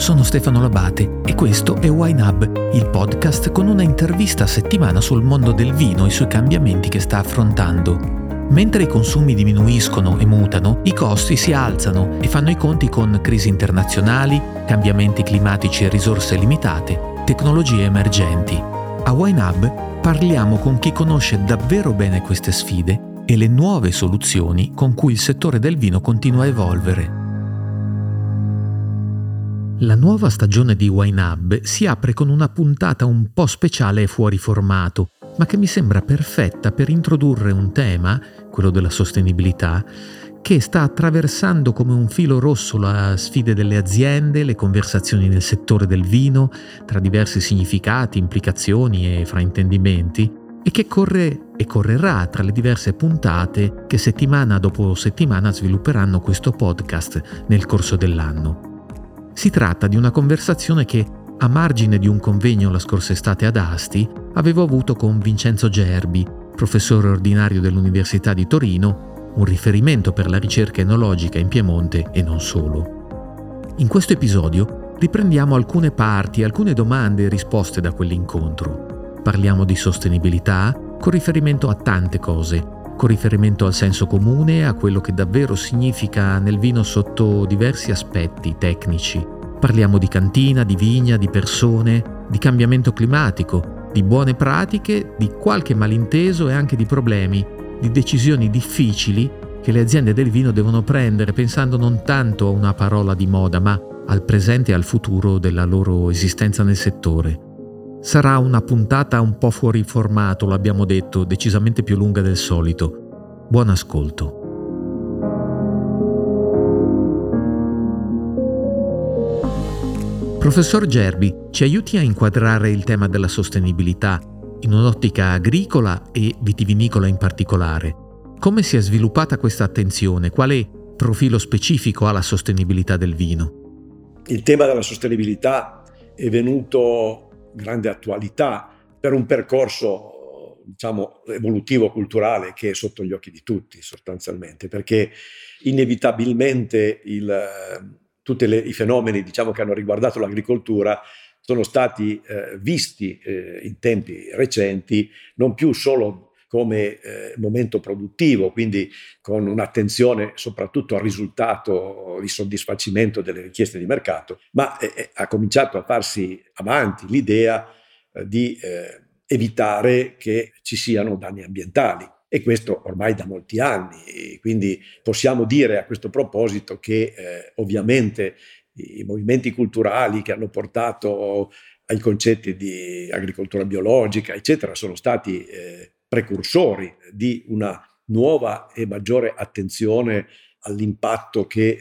sono Stefano Labate e questo è Wine Hub, il podcast con una intervista a settimana sul mondo del vino e sui cambiamenti che sta affrontando. Mentre i consumi diminuiscono e mutano, i costi si alzano e fanno i conti con crisi internazionali, cambiamenti climatici e risorse limitate, tecnologie emergenti. A Wine Hub parliamo con chi conosce davvero bene queste sfide e le nuove soluzioni con cui il settore del vino continua a evolvere. La nuova stagione di Wine Hub si apre con una puntata un po' speciale e fuori formato, ma che mi sembra perfetta per introdurre un tema, quello della sostenibilità, che sta attraversando come un filo rosso le sfide delle aziende, le conversazioni nel settore del vino, tra diversi significati, implicazioni e fraintendimenti, e che corre e correrà tra le diverse puntate che settimana dopo settimana svilupperanno questo podcast nel corso dell'anno. Si tratta di una conversazione che, a margine di un convegno la scorsa estate ad Asti, avevo avuto con Vincenzo Gerbi, professore ordinario dell'Università di Torino, un riferimento per la ricerca enologica in Piemonte e non solo. In questo episodio riprendiamo alcune parti, alcune domande e risposte da quell'incontro. Parliamo di sostenibilità con riferimento a tante cose, con riferimento al senso comune, a quello che davvero significa nel vino sotto diversi aspetti tecnici. Parliamo di cantina, di vigna, di persone, di cambiamento climatico, di buone pratiche, di qualche malinteso e anche di problemi, di decisioni difficili che le aziende del vino devono prendere pensando non tanto a una parola di moda, ma al presente e al futuro della loro esistenza nel settore. Sarà una puntata un po' fuori formato, lo abbiamo detto, decisamente più lunga del solito. Buon ascolto. Professor Gerbi, ci aiuti a inquadrare il tema della sostenibilità in un'ottica agricola e vitivinicola in particolare. Come si è sviluppata questa attenzione? Quale profilo specifico ha la sostenibilità del vino? Il tema della sostenibilità è venuto grande attualità per un percorso, evolutivo-culturale che è sotto gli occhi di tutti sostanzialmente, perché inevitabilmente tutti i fenomeni che hanno riguardato l'agricoltura sono stati visti in tempi recenti non più solo come momento produttivo, quindi con un'attenzione soprattutto al risultato di soddisfacimento delle richieste di mercato, ma ha cominciato a farsi avanti l'idea di evitare che ci siano danni ambientali. E questo ormai da molti anni, quindi possiamo dire a questo proposito che ovviamente i movimenti culturali che hanno portato ai concetti di agricoltura biologica, eccetera, sono stati precursori di una nuova e maggiore attenzione all'impatto che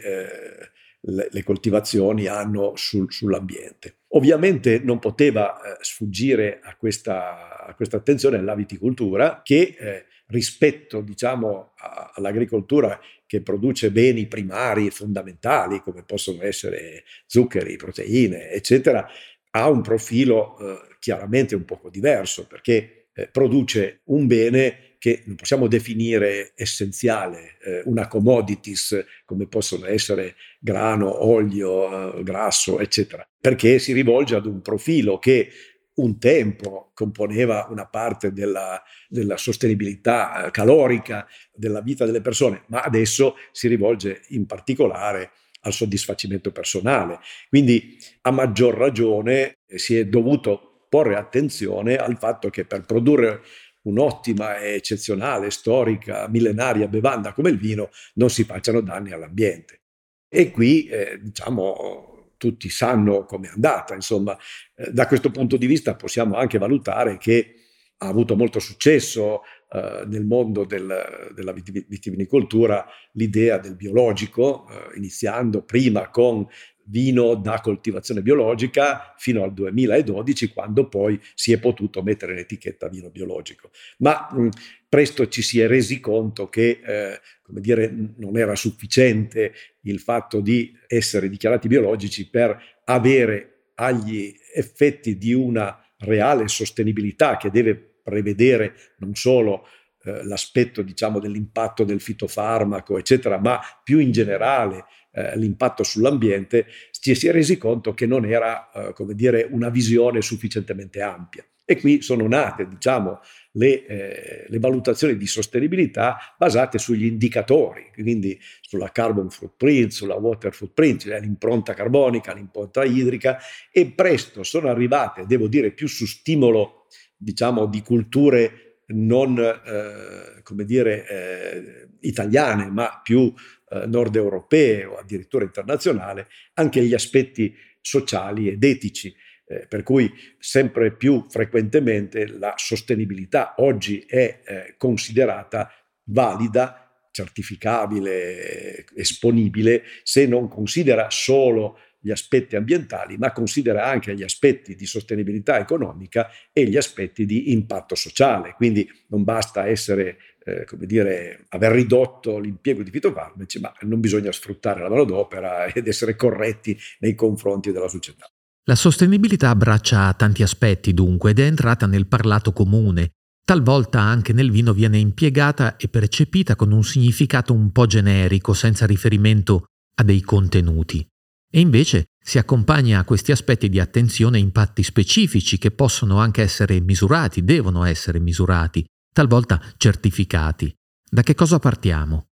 le coltivazioni hanno sull'ambiente. Ovviamente non poteva sfuggire a questa attenzione la viticoltura che rispetto all'agricoltura che produce beni primari e fondamentali come possono essere zuccheri, proteine, eccetera, ha un profilo chiaramente un poco diverso perché produce un bene che non possiamo definire essenziale, una commodities come possono essere grano, olio, grasso, eccetera, perché si rivolge ad un profilo che un tempo componeva una parte della sostenibilità calorica della vita delle persone, ma adesso si rivolge in particolare al soddisfacimento personale. Quindi a maggior ragione si è dovuto porre attenzione al fatto che per produrre un'ottima e eccezionale, storica, millenaria bevanda come il vino non si facciano danni all'ambiente. E qui tutti sanno com'è andata, da questo punto di vista possiamo anche valutare che ha avuto molto successo nel mondo della vitivinicoltura l'idea del biologico, iniziando prima con vino da coltivazione biologica fino al 2012, quando poi si è potuto mettere l'etichetta vino biologico. Ma presto ci si è resi conto che non era sufficiente il fatto di essere dichiarati biologici per avere agli effetti di una reale sostenibilità che deve prevedere non solo l'aspetto, diciamo, dell'impatto del fitofarmaco, eccetera, ma più in generale l'impatto sull'ambiente, ci si è resi conto che non era, come dire, una visione sufficientemente ampia. E qui sono nate, diciamo, le valutazioni di sostenibilità basate sugli indicatori, quindi sulla carbon footprint, sulla water footprint, cioè l'impronta carbonica, l'impronta idrica, e presto sono arrivate, devo dire, più su stimolo, diciamo, di culture non, come dire, italiane, ma più nord europee o addirittura internazionali, anche gli aspetti sociali ed etici. Per cui sempre più frequentemente la sostenibilità oggi è considerata valida, certificabile, esponibile, se non considera solo gli aspetti ambientali, ma considera anche gli aspetti di sostenibilità economica e gli aspetti di impatto sociale. Quindi non basta essere, come dire, aver ridotto l'impiego di fitofarmaci, ma non bisogna sfruttare la manodopera ed essere corretti nei confronti della società. La sostenibilità abbraccia tanti aspetti dunque ed è entrata nel parlato comune. Talvolta anche nel vino viene impiegata e percepita con un significato un po' generico, senza riferimento a dei contenuti. E invece si accompagna a questi aspetti di attenzione impatti specifici che possono anche essere misurati, devono essere misurati, talvolta certificati. Da che cosa partiamo?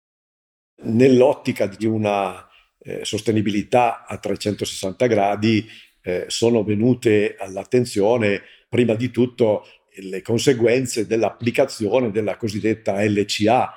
Nell'ottica di una sostenibilità a 360 gradi sono venute all'attenzione prima di tutto le conseguenze dell'applicazione della cosiddetta LCA,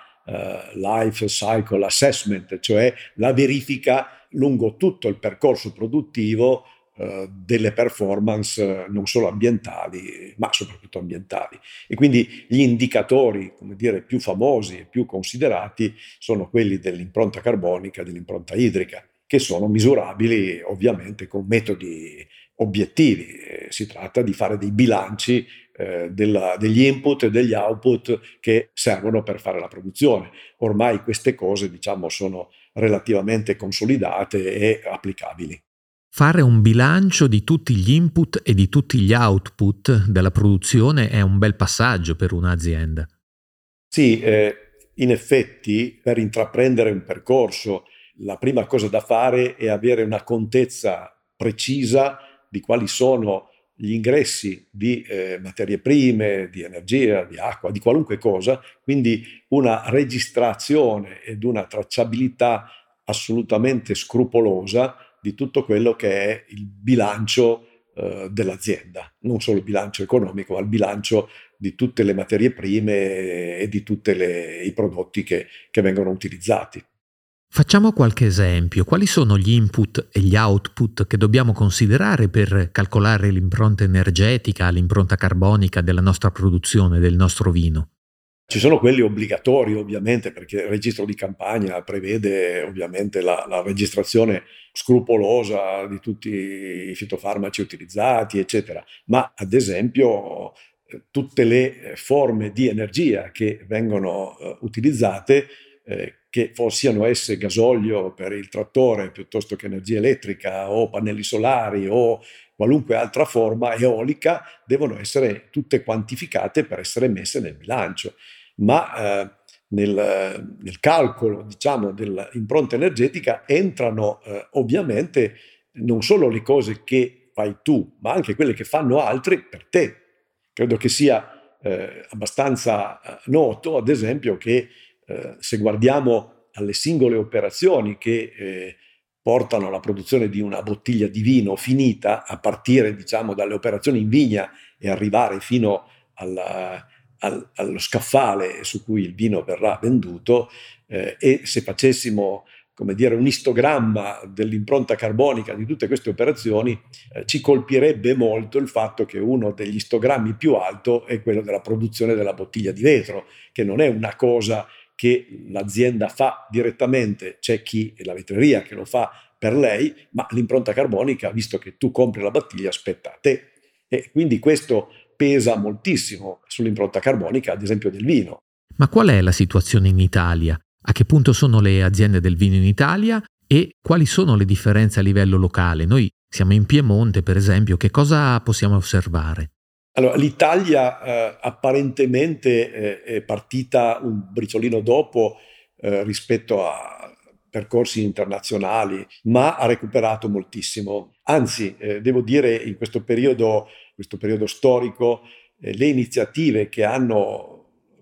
Life Cycle Assessment, cioè la verifica lungo tutto il percorso produttivo delle performance non solo ambientali, ma soprattutto ambientali. E quindi gli indicatori, come dire, più famosi e più considerati sono quelli dell'impronta carbonica e dell'impronta idrica, che sono misurabili ovviamente con metodi obiettivi. Si tratta di fare dei bilanci degli input e degli output che servono per fare la produzione. Ormai queste cose, diciamo, sono relativamente consolidate e applicabili. Fare un bilancio di tutti gli input e di tutti gli output della produzione è un bel passaggio per un'azienda. Sì, in effetti per intraprendere un percorso la prima cosa da fare è avere una contezza precisa di quali sono gli ingressi di materie prime, di energia, di acqua, di qualunque cosa, quindi una registrazione ed una tracciabilità assolutamente scrupolosa di tutto quello che è il bilancio dell'azienda, non solo il bilancio economico, ma il bilancio di tutte le materie prime e di tutti i prodotti che vengono utilizzati. Facciamo qualche esempio. Quali sono gli input e gli output che dobbiamo considerare per calcolare l'impronta energetica, l'impronta carbonica della nostra produzione, del nostro vino? Ci sono quelli obbligatori ovviamente, perché il registro di campagna prevede ovviamente la registrazione scrupolosa di tutti i fitofarmaci utilizzati, eccetera. Ma ad esempio tutte le forme di energia che vengono utilizzate, che siano esse gasolio per il trattore piuttosto che energia elettrica o pannelli solari o qualunque altra forma eolica, devono essere tutte quantificate per essere messe nel bilancio. Ma nel calcolo, diciamo, dell'impronta energetica entrano ovviamente non solo le cose che fai tu, ma anche quelle che fanno altri per te. Credo che sia abbastanza noto, ad esempio, che se guardiamo alle singole operazioni che portano alla produzione di una bottiglia di vino finita, a partire, diciamo, dalle operazioni in vigna e arrivare fino allo scaffale su cui il vino verrà venduto, e se facessimo, come dire, un istogramma dell'impronta carbonica di tutte queste operazioni, ci colpirebbe molto il fatto che uno degli istogrammi più alto è quello della produzione della bottiglia di vetro, che non è una cosa che l'azienda fa direttamente, c'è chi, la vetreria, che lo fa per lei, ma l'impronta carbonica, visto che tu compri la bottiglia, spetta a te. E quindi questo pesa moltissimo sull'impronta carbonica, ad esempio, del vino. Ma qual è la situazione in Italia? A che punto sono le aziende del vino in Italia e quali sono le differenze a livello locale? Noi siamo in Piemonte, per esempio, che cosa possiamo osservare? Allora, l'Italia apparentemente è partita un briciolino dopo rispetto a percorsi internazionali, ma ha recuperato moltissimo. Anzi, devo dire, in questo periodo storico, le iniziative che hanno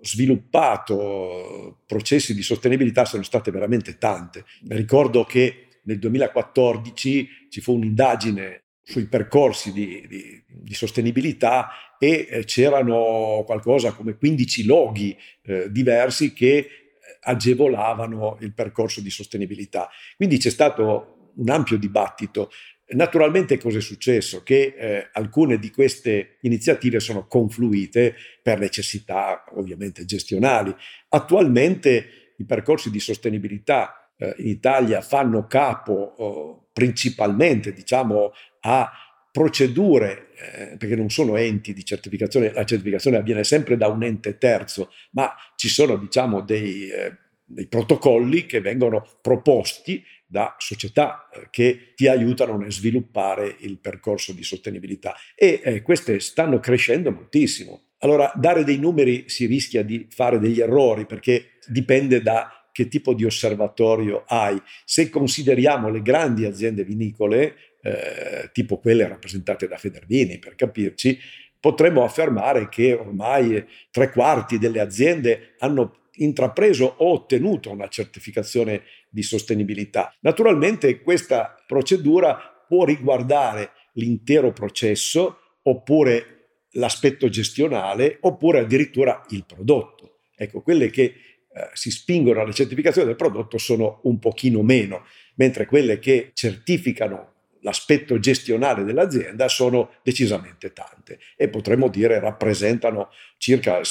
sviluppato processi di sostenibilità sono state veramente tante. Ricordo che nel 2014 ci fu un'indagine sui percorsi di sostenibilità e c'erano qualcosa come 15 loghi diversi che agevolavano il percorso di sostenibilità. Quindi c'è stato un ampio dibattito. Naturalmente cosa è successo? Che alcune di queste iniziative sono confluite per necessità ovviamente gestionali. Attualmente i percorsi di sostenibilità in Italia fanno capo principalmente, diciamo, a procedure, perché non sono enti di certificazione, la certificazione avviene sempre da un ente terzo, ma ci sono, diciamo, dei protocolli che vengono proposti da società che ti aiutano nel sviluppare il percorso di sostenibilità e queste stanno crescendo moltissimo. Allora, dare dei numeri si rischia di fare degli errori perché dipende da che tipo di osservatorio hai. Se consideriamo le grandi aziende vinicole, tipo quelle rappresentate da Federvini, per capirci, potremmo affermare che ormai 3/4 delle aziende hanno intrapreso o ottenuto una certificazione di sostenibilità. Naturalmente questa procedura può riguardare l'intero processo oppure l'aspetto gestionale oppure addirittura il prodotto. Ecco, quelle che si spingono alla certificazione del prodotto sono un pochino meno, mentre quelle che certificano l'aspetto gestionale dell'azienda sono decisamente tante e potremmo dire rappresentano circa il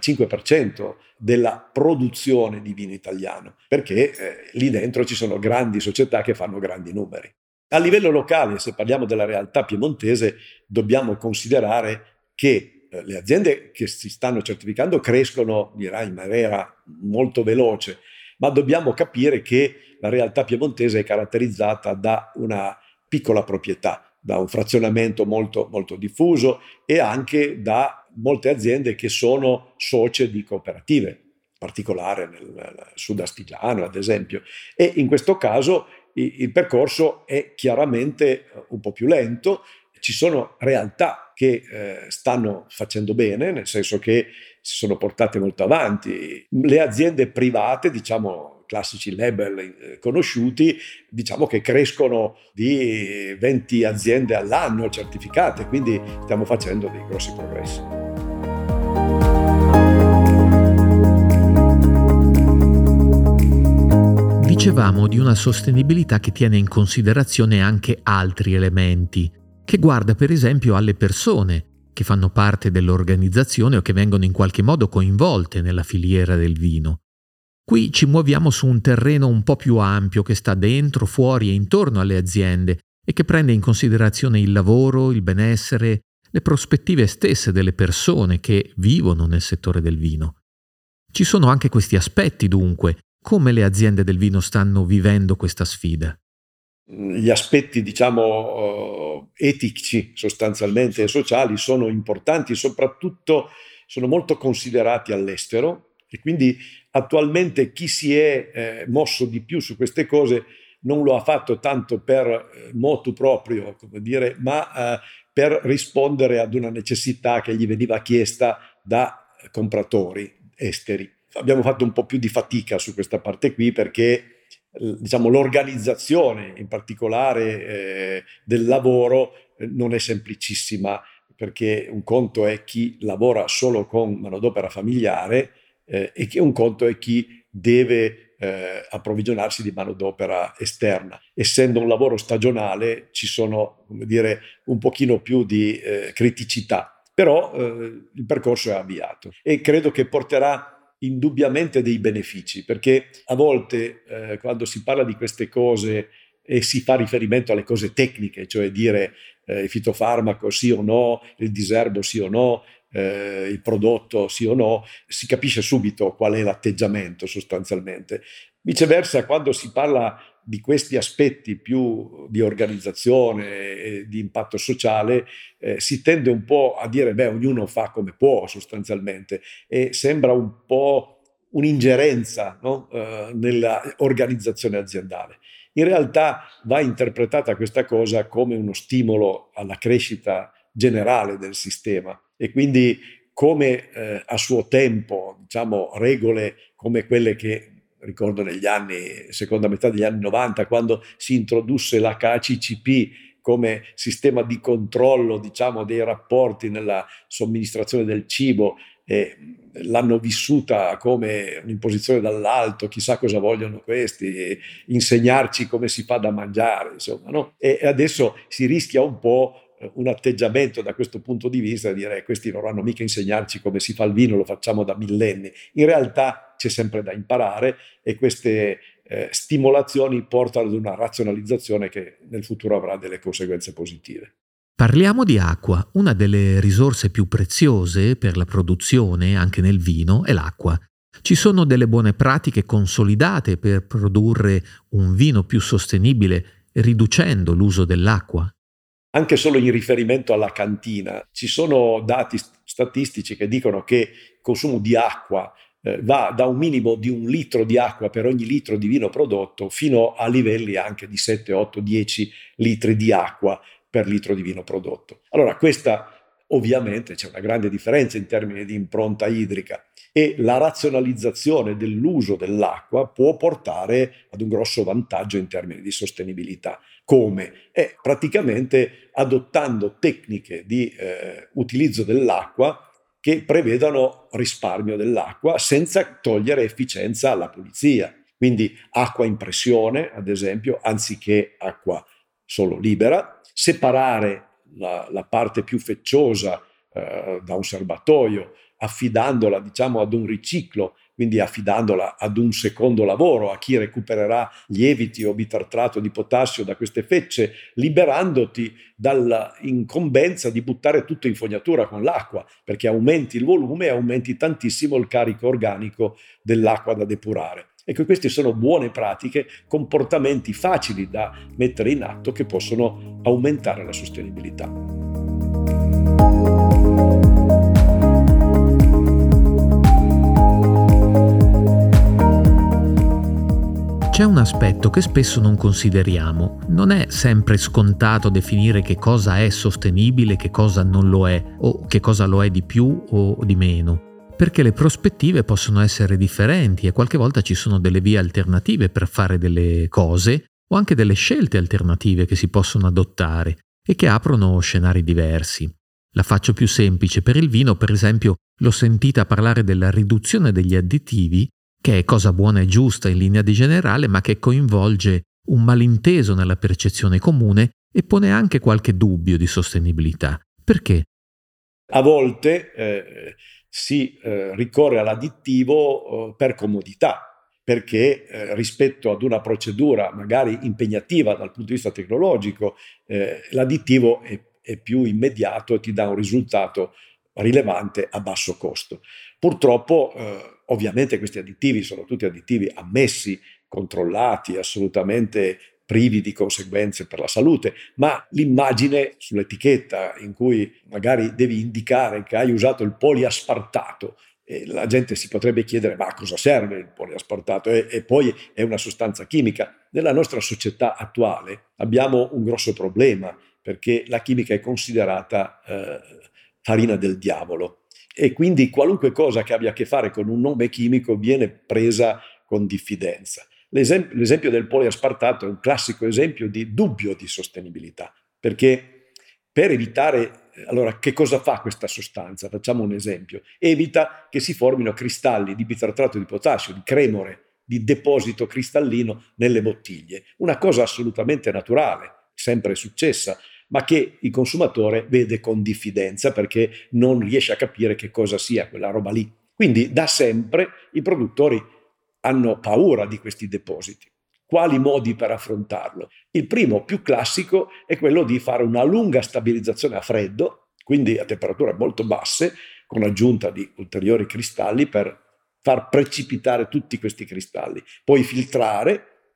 75% della produzione di vino italiano, perché lì dentro ci sono grandi società che fanno grandi numeri. A livello locale, se parliamo della realtà piemontese, dobbiamo considerare che le aziende che si stanno certificando crescono, direi, in maniera molto veloce, ma dobbiamo capire che la realtà piemontese è caratterizzata da una piccola proprietà, da un frazionamento molto, molto diffuso e anche da molte aziende che sono socie di cooperative, in particolare nel sud astigiano ad esempio, e in questo caso il percorso è chiaramente un po' più lento. Ci sono realtà che stanno facendo bene, nel senso che si sono portate molto avanti. Le aziende private, diciamo classici label conosciuti, diciamo che crescono di 20 aziende all'anno certificate, quindi stiamo facendo dei grossi progressi. Dicevamo di una sostenibilità che tiene in considerazione anche altri elementi, che guarda per esempio alle persone che fanno parte dell'organizzazione o che vengono in qualche modo coinvolte nella filiera del vino. Qui ci muoviamo su un terreno un po' più ampio che sta dentro, fuori e intorno alle aziende e che prende in considerazione il lavoro, il benessere, le prospettive stesse delle persone che vivono nel settore del vino. Ci sono anche questi aspetti, dunque, come le aziende del vino stanno vivendo questa sfida. Gli aspetti, diciamo, etici sostanzialmente e sociali sono importanti, soprattutto sono molto considerati all'estero e quindi attualmente chi si è mosso di più su queste cose non lo ha fatto tanto per motu proprio, come dire, ma per rispondere ad una necessità che gli veniva chiesta da compratori esteri. Abbiamo fatto un po' più di fatica su questa parte qui perché diciamo, l'organizzazione in particolare del lavoro non è semplicissima, perché un conto è chi lavora solo con manodopera familiare e che un conto è chi deve approvvigionarsi di manodopera esterna. Essendo un lavoro stagionale ci sono, come dire, un pochino più di criticità, però il percorso è avviato e credo che porterà indubbiamente dei benefici, perché a volte quando si parla di queste cose e si fa riferimento alle cose tecniche, cioè dire il fitofarmaco sì o no, il diserbo sì o no, il prodotto sì o no, si capisce subito qual è l'atteggiamento sostanzialmente. Viceversa, quando si parla di questi aspetti più di organizzazione e di impatto sociale, si tende un po' a dire ognuno fa come può sostanzialmente, e sembra un po' un'ingerenza, no? Nella organizzazione aziendale. In realtà va interpretata questa cosa come uno stimolo alla crescita generale del sistema, e quindi come a suo tempo, diciamo, regole come quelle che ricordo seconda metà degli anni 90, quando si introdusse l'HACCP come sistema di controllo, diciamo, dei rapporti nella somministrazione del cibo, l'hanno vissuta come un'imposizione dall'alto, chissà cosa vogliono questi, insegnarci come si fa da mangiare, insomma, no? E adesso si rischia un po' un atteggiamento da questo punto di vista, di dire questi non vanno mica a insegnarci come si fa il vino, lo facciamo da millenni. In realtà c'è sempre da imparare, e queste stimolazioni portano ad una razionalizzazione che nel futuro avrà delle conseguenze positive. Parliamo di acqua. Una delle risorse più preziose per la produzione, anche nel vino, è l'acqua. Ci sono delle buone pratiche consolidate per produrre un vino più sostenibile, riducendo l'uso dell'acqua? Anche solo in riferimento alla cantina, ci sono dati statistici che dicono che il consumo di acqua va da un minimo di 1 litro di acqua per ogni litro di vino prodotto fino a livelli anche di 7, 8, 10 litri di acqua per litro di vino prodotto. Allora, questa ovviamente c'è una grande differenza in termini di impronta idrica, e la razionalizzazione dell'uso dell'acqua può portare ad un grosso vantaggio in termini di sostenibilità. Come? Praticamente adottando tecniche di utilizzo dell'acqua che prevedano risparmio dell'acqua senza togliere efficienza alla pulizia. Quindi acqua in pressione, ad esempio, anziché acqua solo libera, separare la parte più fecciosa da un serbatoio, affidandola, diciamo, ad un riciclo, quindi affidandola ad un secondo lavoro, a chi recupererà lieviti o bitartrato di potassio da queste fecce, liberandoti dall'incombenza di buttare tutto in fognatura con l'acqua, perché aumenti il volume e aumenti tantissimo il carico organico dell'acqua da depurare. Ecco, queste sono buone pratiche, comportamenti facili da mettere in atto che possono aumentare la sostenibilità. C'è un aspetto che spesso non consideriamo. Non è sempre scontato definire che cosa è sostenibile, che cosa non lo è, o che cosa lo è di più o di meno, perché le prospettive possono essere differenti e qualche volta ci sono delle vie alternative per fare delle cose, o anche delle scelte alternative che si possono adottare e che aprono scenari diversi. La faccio più semplice: per il vino, per esempio, l'ho sentita parlare della riduzione degli additivi, che è cosa buona e giusta in linea di generale, ma che coinvolge un malinteso nella percezione comune e pone anche qualche dubbio di sostenibilità. Perché? A volte si ricorre all'additivo per comodità, perché rispetto ad una procedura magari impegnativa dal punto di vista tecnologico, l'additivo è più immediato e ti dà un risultato rilevante a basso costo. Purtroppo, ovviamente questi additivi sono tutti additivi ammessi, controllati, assolutamente privi di conseguenze per la salute, ma l'immagine sull'etichetta in cui magari devi indicare che hai usato il poliaspartato, e la gente si potrebbe chiedere: ma a cosa serve il poliaspartato? E poi è una sostanza chimica. Nella nostra società attuale abbiamo un grosso problema, perché la chimica è considerata farina del diavolo, e quindi qualunque cosa che abbia a che fare con un nome chimico viene presa con diffidenza. L'esempio del poliaspartato è un classico esempio di dubbio di sostenibilità, perché per evitare, allora, che cosa fa questa sostanza? Facciamo un esempio: evita che si formino cristalli di bitartrato di potassio, di cremore, di deposito cristallino nelle bottiglie. Una cosa assolutamente naturale, sempre successa, ma che il consumatore vede con diffidenza perché non riesce a capire che cosa sia quella roba lì. Quindi da sempre i produttori hanno paura di questi depositi. Quali modi per affrontarlo? Il primo, più classico, è quello di fare una lunga stabilizzazione a freddo, quindi a temperature molto basse, con l'aggiunta di ulteriori cristalli per far precipitare tutti questi cristalli, poi filtrare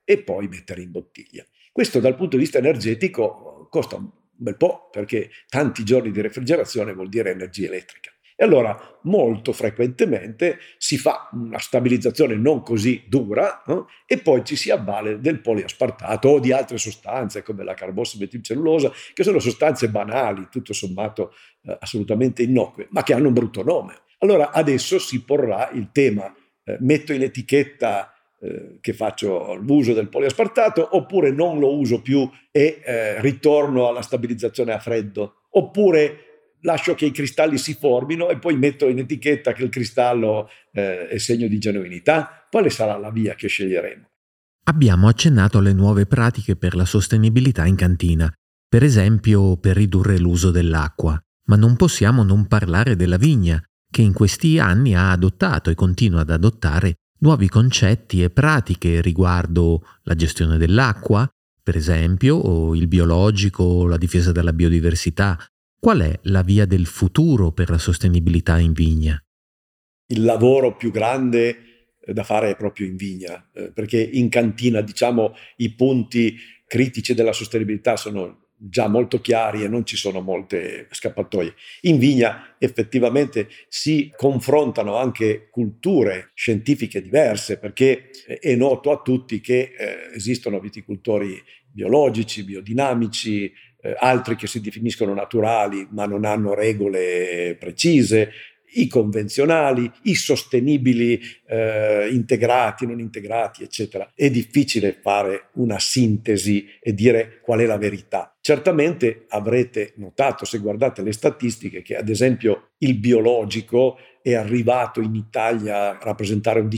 e poi mettere in bottiglia. Questo dal punto di vista energetico costa un bel po', perché tanti giorni di refrigerazione vuol dire energia elettrica. E allora molto frequentemente si fa una stabilizzazione non così dura, no? E poi ci si avvale del poliaspartato o di altre sostanze come la carbossimetilcellulosa, che sono sostanze banali, tutto sommato assolutamente innocue, ma che hanno un brutto nome. Allora adesso si porrà il tema, metto in etichetta che faccio l'uso del poliaspartato oppure non lo uso più e ritorno alla stabilizzazione a freddo, oppure lascio che i cristalli si formino e poi metto in etichetta che il cristallo è segno di genuinità. Quale sarà la via che sceglieremo? Abbiamo accennato alle nuove pratiche per la sostenibilità in cantina, per esempio per ridurre l'uso dell'acqua, ma non possiamo non parlare della vigna, che in questi anni ha adottato e continua ad adottare nuovi concetti e pratiche riguardo la gestione dell'acqua, per esempio, o il biologico o la difesa della biodiversità. Qual è la via del futuro per la sostenibilità in vigna? Il lavoro più grande da fare è proprio in vigna, perché in cantina, diciamo, i punti critici della sostenibilità sono già molto chiari e non ci sono molte scappatoie. In vigna effettivamente si confrontano anche culture scientifiche diverse, perché è noto a tutti che esistono viticoltori biologici, biodinamici, altri che si definiscono naturali ma non hanno regole precise, i convenzionali, i sostenibili, integrati, non integrati, eccetera. È difficile fare una sintesi e dire qual è la verità. Certamente avrete notato, se guardate le statistiche, che ad esempio il biologico è arrivato in Italia a rappresentare un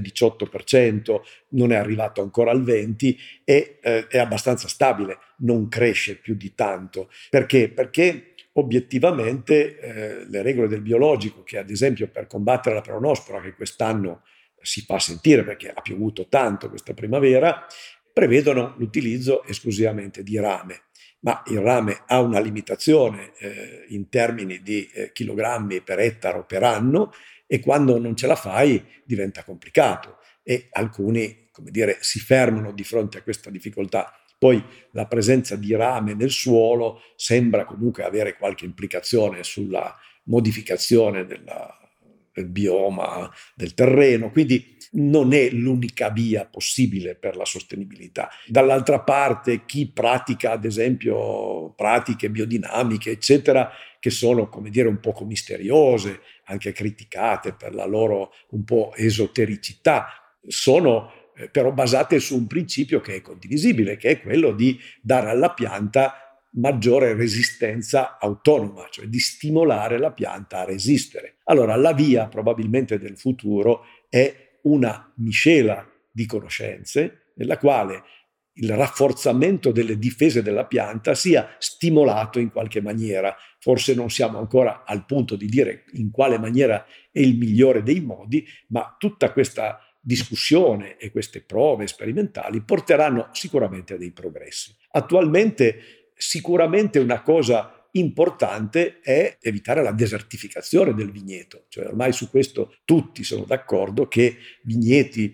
17-18%, non è arrivato ancora al 20% e è abbastanza stabile, non cresce più di tanto. Perché? Perché obiettivamente le regole del biologico, che ad esempio per combattere la peronospora, che quest'anno si fa sentire perché ha piovuto tanto questa primavera, prevedono l'utilizzo esclusivamente di rame. Ma il rame ha una limitazione in termini di chilogrammi per ettaro per anno, e quando non ce la fai diventa complicato e alcuni, come dire, si fermano di fronte a questa difficoltà. Poi la presenza di rame nel suolo sembra comunque avere qualche implicazione sulla modificazione del bioma del terreno, quindi non è l'unica via possibile per la sostenibilità. Dall'altra parte, chi pratica ad esempio pratiche biodinamiche, eccetera, che sono, come dire, un poco misteriose, anche criticate per la loro un po' esotericità, sono però basate su un principio che è condivisibile, che è quello di dare alla pianta maggiore resistenza autonoma, cioè di stimolare la pianta a resistere. Allora la via probabilmente del futuro è una miscela di conoscenze nella quale il rafforzamento delle difese della pianta sia stimolato in qualche maniera. Forse non siamo ancora al punto di dire in quale maniera è il migliore dei modi, ma tutta questa discussione e queste prove sperimentali porteranno sicuramente a dei progressi. Attualmente sicuramente una cosa importante è evitare la desertificazione del vigneto, cioè ormai su questo tutti sono d'accordo che vigneti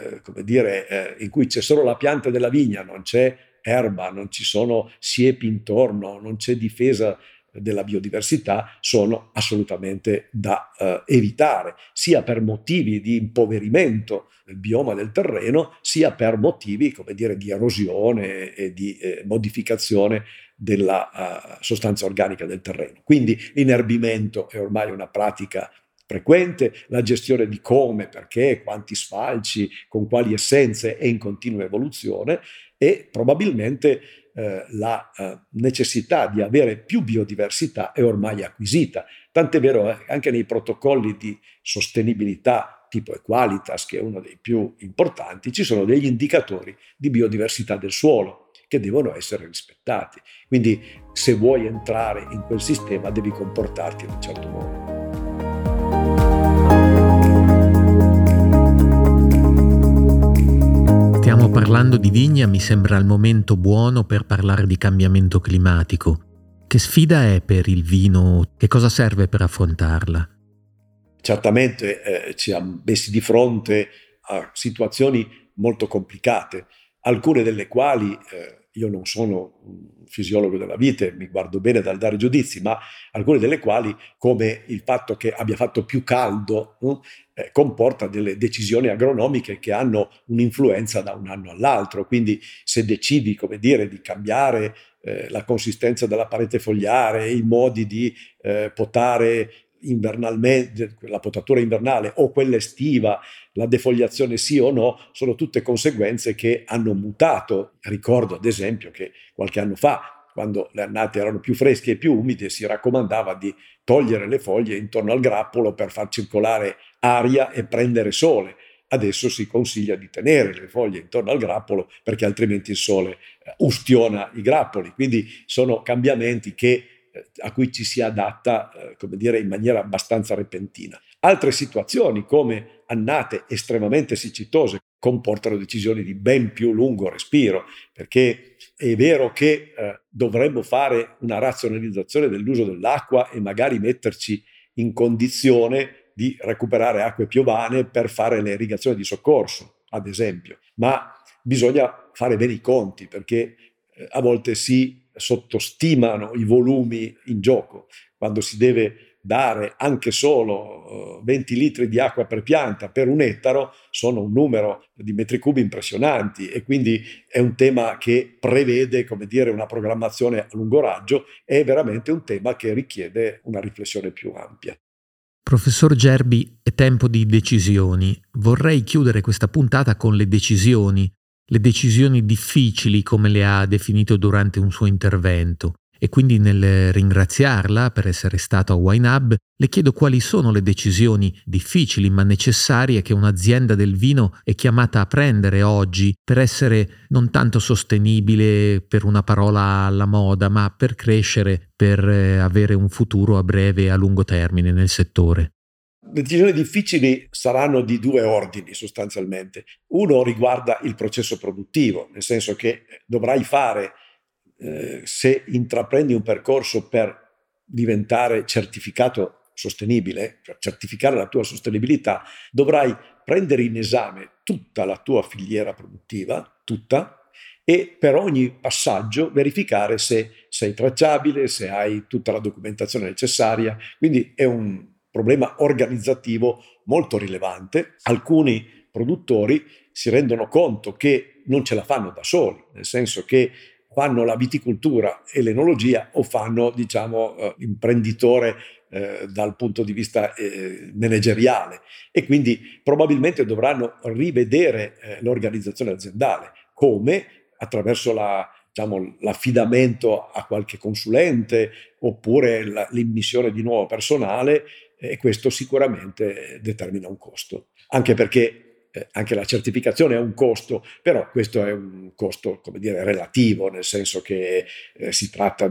in cui c'è solo la pianta della vigna, non c'è erba, non ci sono siepi intorno, non c'è difesa della biodiversità, sono assolutamente da evitare, sia per motivi di impoverimento del bioma del terreno, sia per motivi, come dire, di erosione e di modificazione della sostanza organica del terreno. Quindi l'inerbimento è ormai una pratica frequente, la gestione di come, perché, quanti sfalci, con quali essenze è in continua evoluzione, e probabilmente la necessità di avere più biodiversità è ormai acquisita. Tant'è vero anche nei protocolli di sostenibilità tipo Equalitas, che è uno dei più importanti, ci sono degli indicatori di biodiversità del suolo che devono essere rispettati. Quindi se vuoi entrare in quel sistema devi comportarti in un certo modo. Stiamo parlando di vigna, mi sembra il momento buono per parlare di cambiamento climatico. Che sfida è per il vino? Che cosa serve per affrontarla? Certamente ci ha messi di fronte a situazioni molto complicate. alcune delle quali io non sono un fisiologo della vite, mi guardo bene dal dare giudizi, ma alcune delle quali, come il fatto che abbia fatto più caldo, comporta delle decisioni agronomiche che hanno un'influenza da un anno all'altro. Quindi se decidi, come dire, di cambiare la consistenza della parete fogliare, i modi di potare invernalmente, la potatura invernale o quella estiva, la defoliazione sì o no, sono tutte conseguenze che hanno mutato. Ricordo ad esempio che qualche anno fa, quando le annate erano più fresche e più umide, si raccomandava di togliere le foglie intorno al grappolo per far circolare aria e prendere sole. Adesso si consiglia di tenere le foglie intorno al grappolo perché altrimenti il sole ustiona i grappoli. Quindi sono cambiamenti a cui ci si adatta, come dire, in maniera abbastanza repentina. Altre situazioni, come annate estremamente siccitose, comportano decisioni di ben più lungo respiro, perché è vero che dovremmo fare una razionalizzazione dell'uso dell'acqua e magari metterci in condizione di recuperare acque piovane per fare le irrigazioni di soccorso, ad esempio, ma bisogna fare bene i conti, perché a volte si sottostimano i volumi in gioco. Quando si deve dare anche solo 20 litri di acqua per pianta per un ettaro, sono un numero di metri cubi impressionanti, e quindi è un tema che prevede, come dire, una programmazione a lungo raggio. È veramente un tema che richiede una riflessione più ampia. Professor Gerbi, è tempo di decisioni. Vorrei chiudere questa puntata con le decisioni difficili, come le ha definito durante un suo intervento. E quindi, nel ringraziarla per essere stato a YNAB, le chiedo quali sono le decisioni difficili ma necessarie che un'azienda del vino è chiamata a prendere oggi per essere non tanto sostenibile, per una parola alla moda, ma per crescere, per avere un futuro a breve e a lungo termine nel settore. Le decisioni difficili saranno di due ordini sostanzialmente. Uno riguarda il processo produttivo, nel senso che dovrai fare, se intraprendi un percorso per diventare certificato sostenibile, cioè certificare la tua sostenibilità, dovrai prendere in esame tutta la tua filiera produttiva, tutta, e per ogni passaggio verificare se sei tracciabile, se hai tutta la documentazione necessaria. Quindi è un problema organizzativo molto rilevante. Alcuni produttori si rendono conto che non ce la fanno da soli, nel senso che fanno la viticoltura e l'enologia o fanno, imprenditore dal punto di vista manageriale, e quindi probabilmente dovranno rivedere l'organizzazione aziendale, come attraverso l'affidamento a qualche consulente oppure l'immissione di nuovo personale, e questo sicuramente determina un costo, anche perché anche la certificazione è un costo, però questo è un costo, come dire, relativo, nel senso che si tratta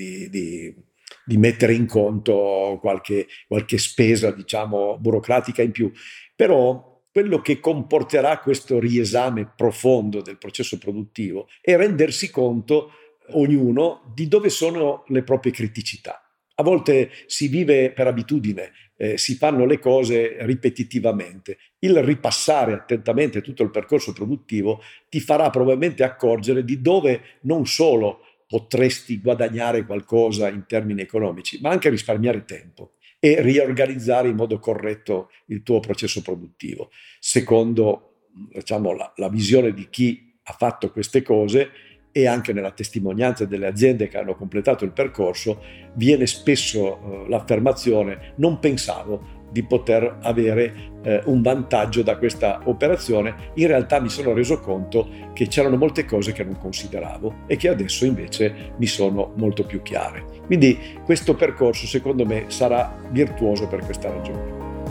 di mettere in conto qualche spesa, burocratica in più. Però quello che comporterà questo riesame profondo del processo produttivo è rendersi conto ognuno di dove sono le proprie criticità. A volte si vive per abitudine, si fanno le cose ripetitivamente. Il ripassare attentamente tutto il percorso produttivo ti farà probabilmente accorgere di dove non solo potresti guadagnare qualcosa in termini economici, ma anche risparmiare tempo e riorganizzare in modo corretto il tuo processo produttivo, secondo la visione di chi ha fatto queste cose. E anche nella testimonianza delle aziende che hanno completato il percorso viene spesso l'affermazione: non pensavo di poter avere un vantaggio da questa operazione, in realtà mi sono reso conto che c'erano molte cose che non consideravo e che adesso invece mi sono molto più chiare. Quindi questo percorso, secondo me, sarà virtuoso per questa ragione.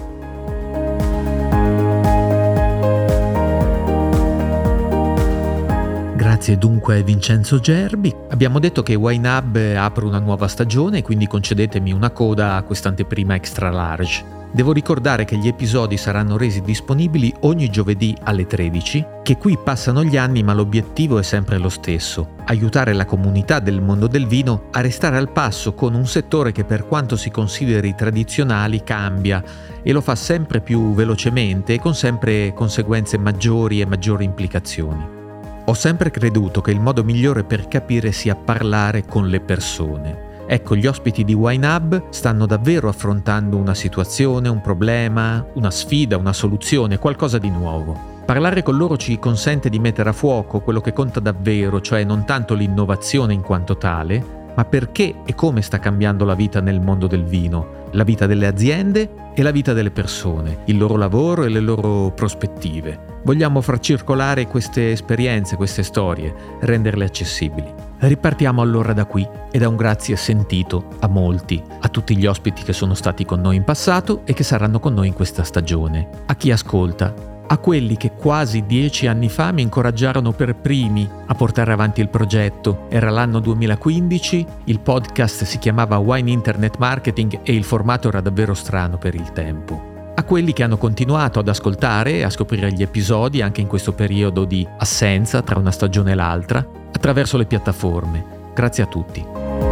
Grazie dunque a Vincenzo Gerbi. Abbiamo detto che YNAB apre una nuova stagione, quindi concedetemi una coda a quest'anteprima extra large. Devo ricordare che gli episodi saranno resi disponibili ogni giovedì alle 13, che qui passano gli anni ma l'obiettivo è sempre lo stesso: aiutare la comunità del mondo del vino a restare al passo con un settore che, per quanto si consideri tradizionali, cambia e lo fa sempre più velocemente e con sempre conseguenze maggiori e maggiori implicazioni. Ho sempre creduto che il modo migliore per capire sia parlare con le persone. Ecco, gli ospiti di YNAB stanno davvero affrontando una situazione, un problema, una sfida, una soluzione, qualcosa di nuovo. Parlare con loro ci consente di mettere a fuoco quello che conta davvero, cioè non tanto l'innovazione in quanto tale, ma perché e come sta cambiando la vita nel mondo del vino, la vita delle aziende e la vita delle persone, il loro lavoro e le loro prospettive. Vogliamo far circolare queste esperienze, queste storie, renderle accessibili. Ripartiamo allora da qui e da un grazie sentito a molti, a tutti gli ospiti che sono stati con noi in passato e che saranno con noi in questa stagione, a chi ascolta, a quelli che quasi 10 anni fa mi incoraggiarono per primi a portare avanti il progetto. Era l'anno 2015, il podcast si chiamava Wine Internet Marketing e il formato era davvero strano per il tempo. A quelli che hanno continuato ad ascoltare e a scoprire gli episodi anche in questo periodo di assenza tra una stagione e l'altra, attraverso le piattaforme. Grazie a tutti.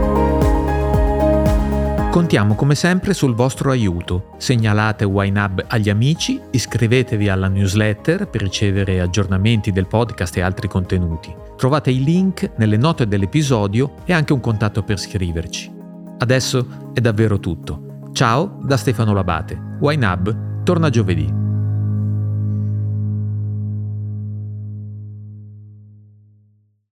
Contiamo come sempre sul vostro aiuto. Segnalate YNAB agli amici, iscrivetevi alla newsletter per ricevere aggiornamenti del podcast e altri contenuti. Trovate i link nelle note dell'episodio e anche un contatto per scriverci. Adesso è davvero tutto. Ciao da Stefano Labate. YNAB torna giovedì.